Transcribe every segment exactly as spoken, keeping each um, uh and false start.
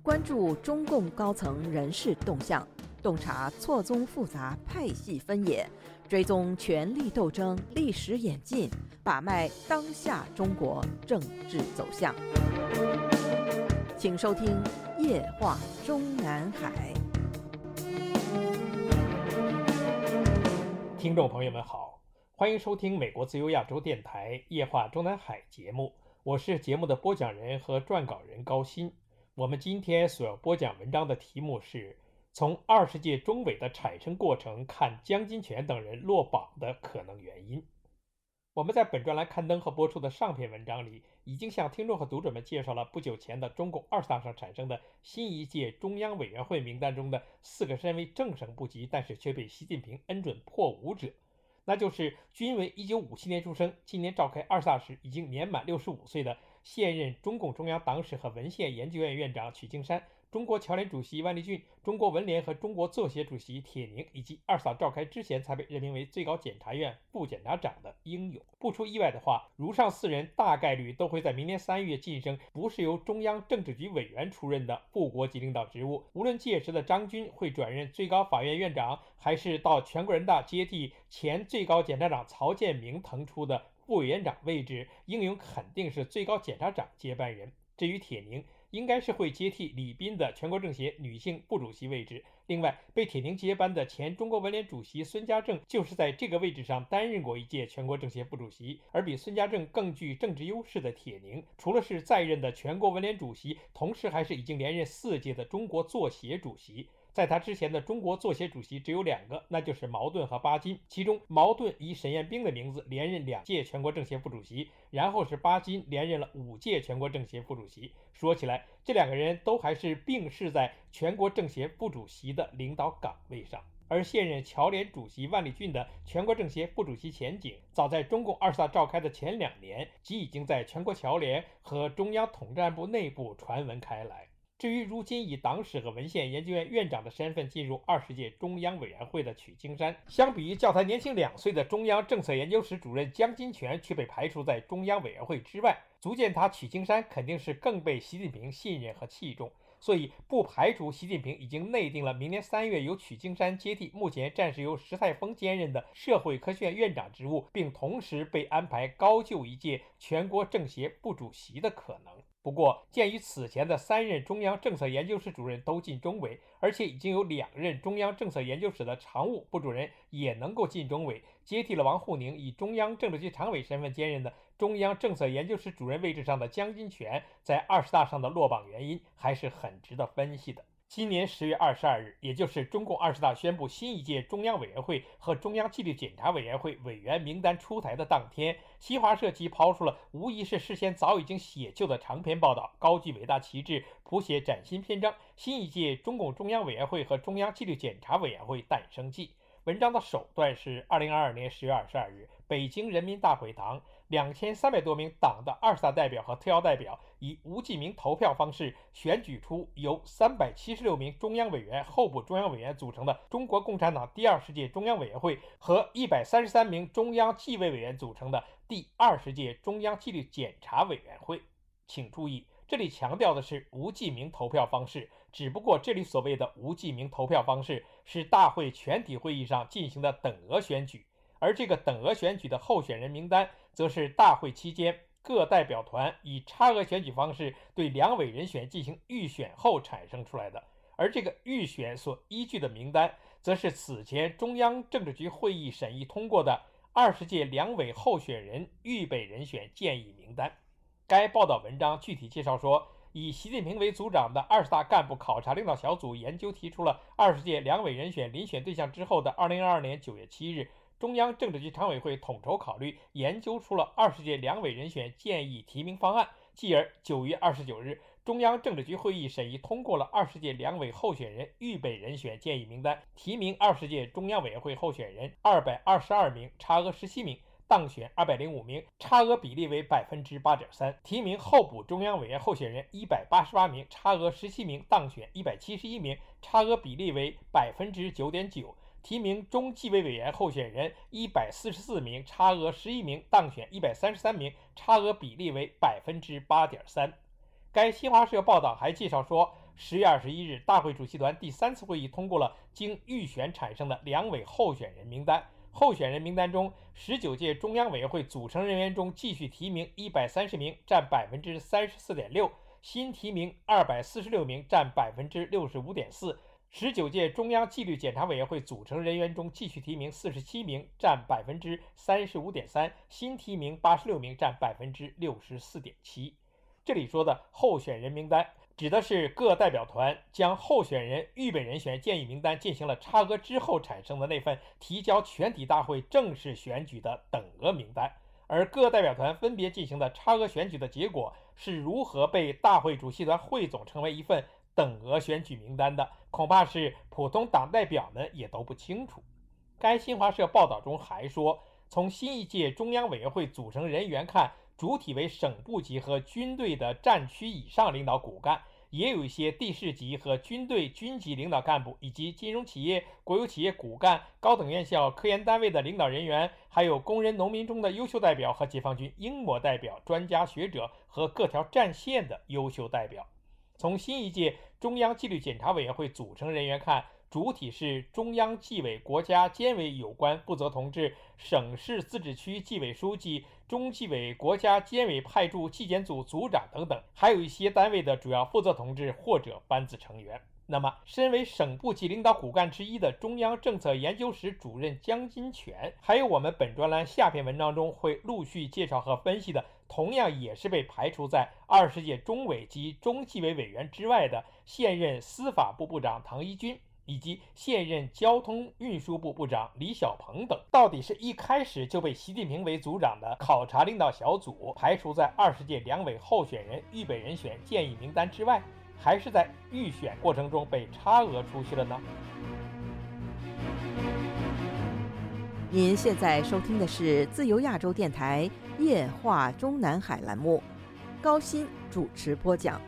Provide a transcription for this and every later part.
关注中共高层人事动向，洞察错综复杂派系分野，追踪权力斗争历史演进，把脉当下中国政治走向。请收听《夜话中南海》。 听众朋友们好，欢迎收听美国自由亚洲电台《夜话中南海》节目，我是节目的播讲人和撰稿人高鑫。我们今天所要播讲文章的题目是从二十届中委的产生过程看江金泉等人落榜的可能原因。我们在本专栏刊登和播出的上篇文章里，已经向听众和读者们介绍了不久前的中共二十大上产生的新一届中央委员会名单中的四个身为正省部级但是却被习近平恩准破五者，那就是均为一九五七年出生，今年召开二十大时已经年满六十五岁的现任中共中央党史和文献研究院院长曲靖山，中国侨联主席万立俊，中国文联和中国作协主席铁凝，以及二十大召开之前才被任命为最高检察院副检察长的英勇。不出意外的话，如上四人大概率都会在明年三月晋升不是由中央政治局委员出任的副国级领导职务。无论届时的张军会转任最高法院院长，还是到全国人大接替前最高检察长曹建明腾出的副委员长位置，英勇肯定是最高检察长接班人。至于铁凝，应该是会接替李斌的全国政协女性副主席位置。另外，被铁凝接班的前中国文联主席孙家正就是在这个位置上担任过一届全国政协副主席。而比孙家正更具政治优势的铁凝，除了是在任的全国文联主席，同时还是已经连任四届的中国作协主席。在他之前的中国作协主席只有两个，那就是茅盾和巴金，其中茅盾以沈雁冰的名字连任两届全国政协副主席，然后是巴金连任了五届全国政协副主席。说起来，这两个人都还是并视在全国政协副主席的领导岗位上。而现任侨联主席万立俊的全国政协副主席前景，早在中共二十大召开的前两年即已经在全国侨联和中央统战部内部传闻开来。至于如今以党史和文献研究院院长的身份进入二十届中央委员会的曲靖山，相比于较他年轻两岁的中央政策研究室主任江金泉却被排除在中央委员会之外，足见他曲靖山肯定是更被习近平信任和器重。所以不排除习近平已经内定了明年三月由曲靖山接替目前暂时由石泰峰兼任的社会科学院院长职务，并同时被安排高就一届全国政协副主席的可能。不过，鉴于此前的三任中央政策研究室主任都进中委，而且已经有两任中央政策研究室的常务部主任也能够进中委，接替了王沪宁以中央政治局常委身份兼任的中央政策研究室主任位置上的江金泉，在二十大上的落榜原因还是很值得分析的。今年十月二十二日，也就是中共二十大宣布新一届中央委员会和中央纪律检查委员会委员名单出台的当天，新华社即抛出了无疑是事先早已经写就的长篇报道，高举伟大旗帜，谱写崭新篇章，新一届中共中央委员会和中央纪律检查委员会诞生记。文章的首段是二零二二年十月二十二日，北京人民大会堂，两千三百多名党的二十大代表和特邀代表以无记名投票方式选举出由三百七十六名中央委员、候补中央委员组成的中国共产党第二十届中央委员会和一百三十三名中央纪委委员组成的第二十届中央纪律检查委员会。请注意，这里强调的是无记名投票方式，只不过这里所谓的无记名投票方式是大会全体会议上进行的等额选举，而这个等额选举的候选人名单则是大会期间各代表团以差额选举方式对两委人选进行预选后产生出来的。而这个预选所依据的名单则是此前中央政治局会议审议通过的二十届两委候选人预备人选建议名单。该报道文章具体介绍说，以习近平为组长的二十大干部考察领导小组研究提出了二十届两委人选遴选对象之后的二零二二年九月七日，中央政治局常委会统筹考虑研究出了二十届两委人选建议提名方案，继而九月二十九日，中央政治局会议审议通过了二十届两委候选人预备人选建议名单，提名二十届中央委员会候选人二百二十二名，差额十七名，当选二百零五名，差额比例为 百分之八点三， 提名候补中央委员候选人一百八十八名，差额十七名，当选一百七十一名，差额比例为 百分之九点九， 提名中纪委委员候选人一百四十四名，差额十一名，当选一百三十三名，差额比例为 百分之八点三。该新华社报道还介绍说， 十月二十一日，大会主席团第三次会议通过了经预选产生的两委候选人名单。候选人名单中，十九届中央委员会组成人员中继续提名一百三十名，占百分之三十四点六；新提名二百四十六名，占百分之六十五点四。十九届中央纪律检查委员会组成人员中继续提名四十七名，占百分之三十五点三；新提名八十六名，占百分之六十四点七。这里说的候选人名单，指的是各代表团将候选人预备人选建议名单进行了插额之后产生的那份提交全体大会正式选举的等额名单，而各代表团分别进行的插额选举的结果是如何被大会主席团汇总成为一份等额选举名单的，恐怕是普通党代表们也都不清楚。该新华社报道中还说，从新一届中央委员会组成人员看，主体为省部级和军队的战区以上领导骨干，也有一些地市级和军队军级领导干部，以及金融企业、国有企业骨干、高等院校、科研单位的领导人员，还有工人农民中的优秀代表和解放军英模代表、专家学者和各条战线的优秀代表。从新一届中央纪律检查委员会组成人员看，主体是中央纪委国家监委有关负责同志、省市自治区纪委书记、中纪委国家监委派驻纪检组组长等等，还有一些单位的主要负责同志或者班子成员。那么，身为省部级领导骨干之一的中央政策研究室主任江金泉，还有我们本专栏下篇文章中会陆续介绍和分析的，同样也是被排除在二十届中委及中纪委委员之外的现任司法部部长唐一军，以及现任交通运输部部长李小鹏等，到底是一开始就被习近平为组长的考察领导小组排除在二十届两委候选人预备人选建议名单之外，还是在预选过程中被插额出去了呢？ 您现在收听的是自由亚洲电台夜话中南海栏目，高鑫主持播讲。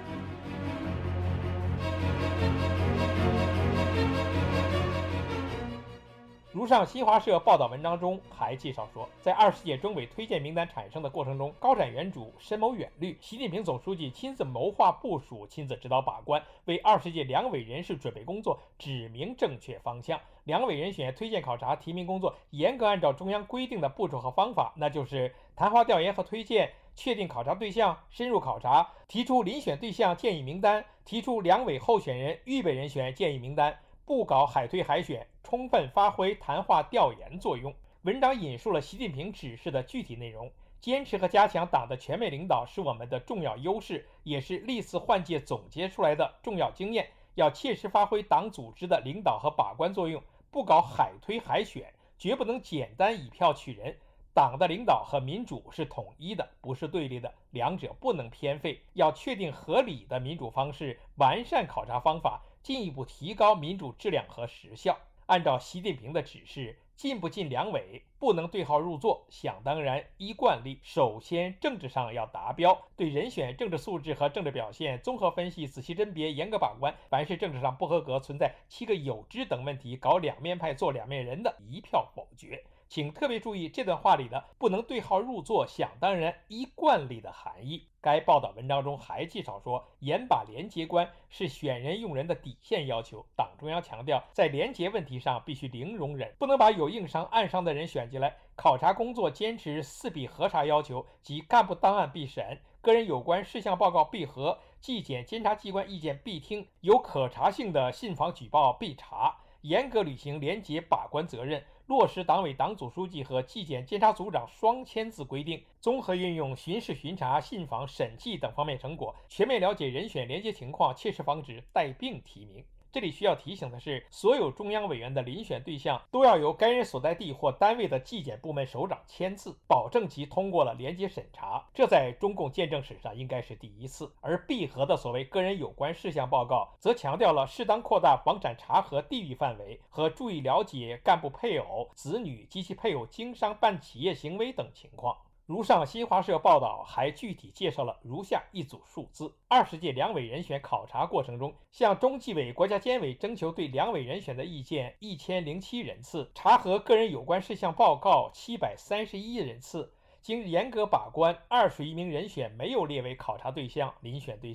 如上新华社报道文章中还介绍说，在二十届中委推荐名单产生的过程中，高瞻远瞩，深谋远虑，习近平总书记亲自谋划部署，亲自指导把关，为二十届两委人事准备工作指明正确方向。两委人选推荐考察提名工作严格按照中央规定的步骤和方法，那就是谈话调研和推荐，确定考察对象，深入考察，提出遴选对象建议名单，提出两委候选人预备人选建议名单，不搞海推海选，充分发挥谈话调研作用。文章引述了习近平指示的具体内容，坚持和加强党的全面领导是我们的重要优势，也是历次换届总结出来的重要经验。要切实发挥党组织的领导和把关作用，不搞海推海选，绝不能简单以票取人。党的领导和民主是统一的，不是对立的，两者不能偏废。要确定合理的民主方式，完善考察方法，进一步提高民主质量和实效。按照习近平的指示，进不进两委不能对号入座，想当然依惯例，首先政治上要达标，对人选政治素质和政治表现综合分析，仔细甄别，严格把关。凡是政治上不合格，存在七个有之等问题，搞两面派做两面人的，一票否决。请特别注意这段话里的不能对号入座，想当然依惯例的含义。该报道文章中还介绍说，严把廉洁关是选人用人的底线要求。党中央强调，在廉洁问题上必须零容忍，不能把有硬伤暗伤的人选进来。考察工作坚持四必核查要求，即干部档案必审，个人有关事项报告必核，纪检监察机关意见必听，有可查性的信访举报必查，严格履行廉洁把关责任，落实党委党组书记和纪检监察组长双签字规定，综合运用巡视巡查、信访、审计等方面成果，全面了解人选廉洁情况，切实防止带病提名。这里需要提醒的是，所有中央委员的遴选对象都要由该人所在地或单位的纪检部门首长签字，保证其通过了廉洁审查，这在中共建政史上应该是第一次。而必核的所谓个人有关事项报告，则强调了适当扩大房产查核地域范围和注意了解干部配偶、子女及其配偶经商办企业行为等情况。如上新华社报道还具体介绍了如下一组数字：二十届两委人选考察过程中，向中纪委国家监委征求对两委人选的意见一千零七人次，查核个人有关事项报告七百三十一人次。经严格把关，二十余名人选没有列为考察对象、遴选对象。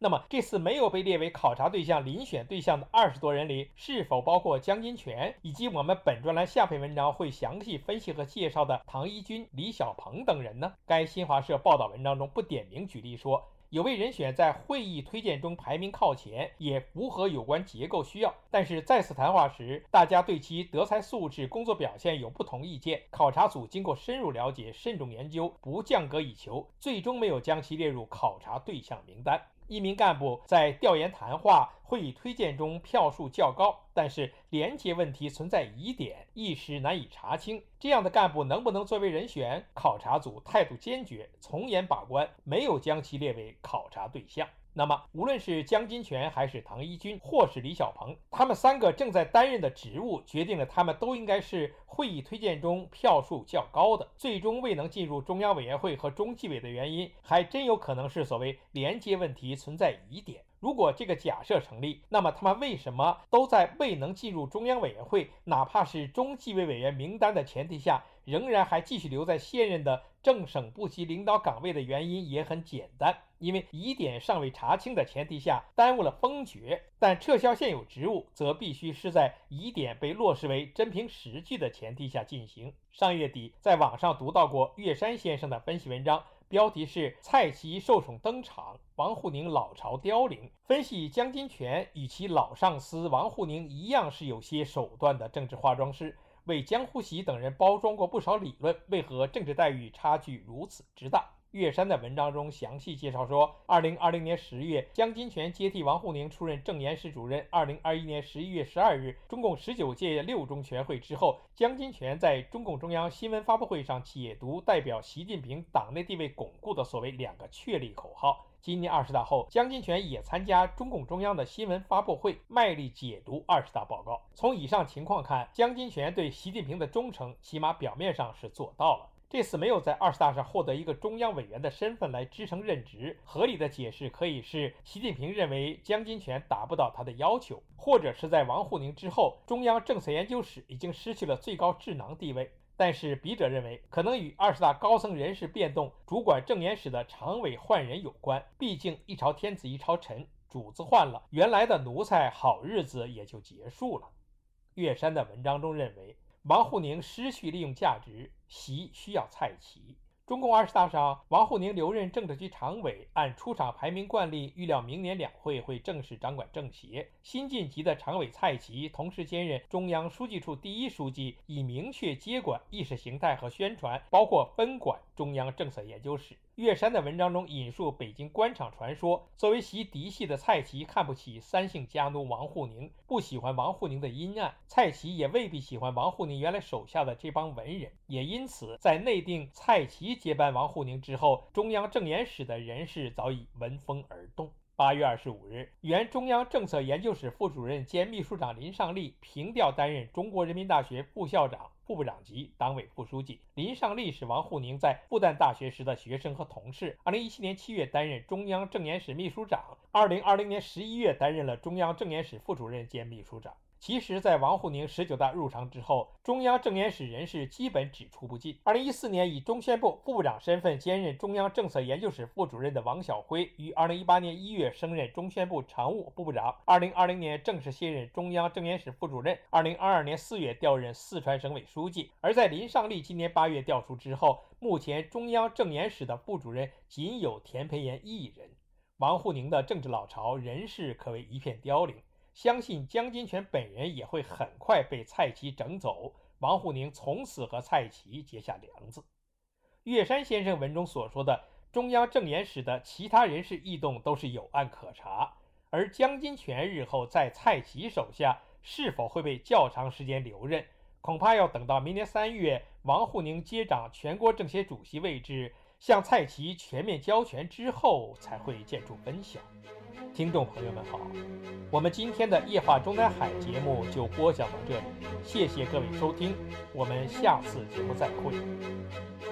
那么这次没有被列为考察对象、遴选对象的二十多人里，是否包括江金泉以及我们本专栏下篇文章会详细分析和介绍的唐一军、李小鹏等人呢？该新华社报道文章中不点名举例说，有位人选在会议推荐中排名靠前，也符合有关结构需要，但是再次谈话时，大家对其德才素质、工作表现有不同意见。考察组经过深入了解、慎重研究，不降格以求，最终没有将其列入考察对象名单。一名干部在调研谈话、会议推荐中票数较高，但是廉洁问题存在疑点，一时难以查清。这样的干部能不能作为人选？考察组态度坚决，从严把关，没有将其列为考察对象。那么，无论是江金泉还是唐一军，或是李小鹏，他们三个正在担任的职务，决定了他们都应该是会议推荐中票数较高的。最终未能进入中央委员会和中纪委的原因，还真有可能是所谓廉洁问题存在疑点。如果这个假设成立，那么他们为什么都在未能进入中央委员会，哪怕是中纪委委员名单的前提下，仍然还继续留在现任的正省部级领导岗位的原因也很简单，因为疑点尚未查清的前提下耽误了封爵，但撤销现有职务则必须是在疑点被落实为真凭实据的前提下进行。上月底在网上读到过岳山先生的分析文章，标题是蔡奇受宠登场，王沪宁老巢凋零，分析江金泉与其老上司王沪宁一样是有些手段的政治化妆师，为江湖喜等人包装过不少理论，为何政治待遇差距如此之大？岳山的文章中详细介绍说，二零二零年十月，江金泉接替王沪宁出任政研室主任。二零二一年十一月十二日，中共十九届六中全会之后，江金泉在中共中央新闻发布会上解读代表习近平党内地位巩固的所谓两个确立口号。今年二十大后，江金泉也参加中共中央的新闻发布会，卖力解读二十大报告。从以上情况看，江金泉对习近平的忠诚，起码表面上是做到了。这次没有在二十大上获得一个中央委员的身份来支撑任职，合理的解释可以是习近平认为江金泉达不到他的要求，或者是在王沪宁之后，中央政策研究室已经失去了最高智囊地位。但是笔者认为，可能与二十大高层人事变动、主管政研室的常委换人有关。毕竟一朝天子一朝臣，主子换了，原来的奴才好日子也就结束了。岳山的文章中认为，王沪宁失去利用价值，习需要蔡奇。中共二十大上，王沪宁留任政治局常委，按出场排名惯例，预料明年两会会正式掌管政协。新晋级的常委蔡奇同时兼任中央书记处第一书记，以明确接管意识形态和宣传，包括分管中央政策研究室。岳山的文章中引述北京官场传说，作为习嫡系的蔡奇看不起三姓家奴王沪宁，不喜欢王沪宁的阴暗，蔡奇也未必喜欢王沪宁原来手下的这帮文人，也因此在内定蔡奇接班王沪宁之后，中央政研室的人事早已闻风而动。八月二十五日，原中央政策研究室副主任兼秘书长林尚利平调担任中国人民大学副校长、副部长级党委副书记。林尚利是王沪宁在复旦大学时的学生和同事。二零一七年七月担任中央政研室秘书长，二零二零年十一月担任了中央政研室副主任兼秘书长。其实在王沪宁十九大入常之后，中央政研室人事基本只出不进。二零一四年以中宣部副部长身份兼任中央政策研究室副主任的王晓辉，于二零一八年一月升任中宣部常务副部长，二零二零年正式卸任中央政研室副主任，二零二二年四月调任四川省委书记。而在林尚利今年八月调出之后，目前中央政研室的副主任仅有田培炎一人。王沪宁的政治老巢人事可谓一片凋零，相信江金泉本人也会很快被蔡奇整走，王沪宁从此和蔡奇结下梁子。岳山先生文中所说的中央政研室的其他人事异动都是有案可查，而江金泉日后在蔡奇手下是否会被较长时间留任，恐怕要等到明年三月王沪宁接掌全国政协主席位置，向蔡奇全面交权之后才会见出分晓。听众朋友们好，我们今天的夜话中南海节目就播讲到这里，谢谢各位收听，我们下次节目再会。